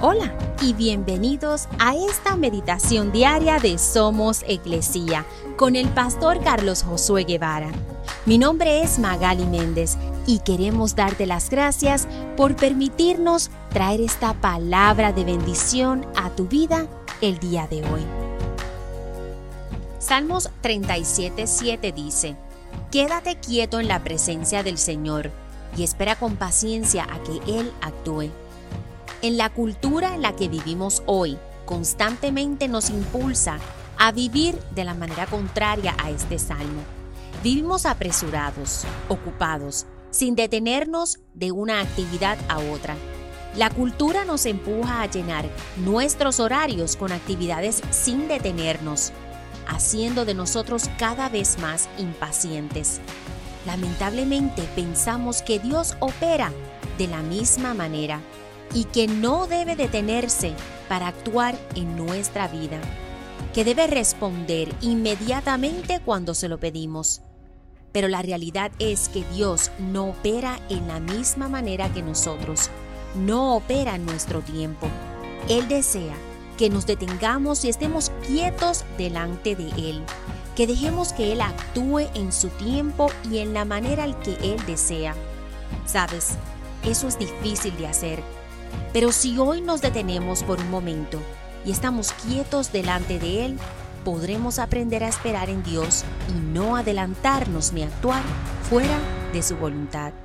Hola y bienvenidos a esta meditación diaria de Somos Iglesia con el pastor Carlos Josué Guevara. Mi nombre es Magali Méndez y queremos darte las gracias por permitirnos traer esta palabra de bendición a tu vida el día de hoy. Salmos 37:7 dice: Quédate quieto en la presencia del Señor y espera con paciencia a que Él actúe. En la cultura en la que vivimos hoy, constantemente nos impulsa a vivir de la manera contraria a este salmo. Vivimos apresurados, ocupados, sin detenernos de una actividad a otra. La cultura nos empuja a llenar nuestros horarios con actividades sin detenernos, haciendo de nosotros cada vez más impacientes. Lamentablemente pensamos que Dios opera de la misma manera y que no debe detenerse para actuar en nuestra vida, que debe responder inmediatamente cuando se lo pedimos. Pero la realidad es que Dios no opera en la misma manera que nosotros, no opera en nuestro tiempo. Él desea que nos detengamos y estemos quietos delante de Él, que dejemos que Él actúe en su tiempo y en la manera en que Él desea. ¿Sabes? Eso es difícil de hacer. Pero si hoy nos detenemos por un momento y estamos quietos delante de Él, podremos aprender a esperar en Dios y no adelantarnos ni actuar fuera de su voluntad.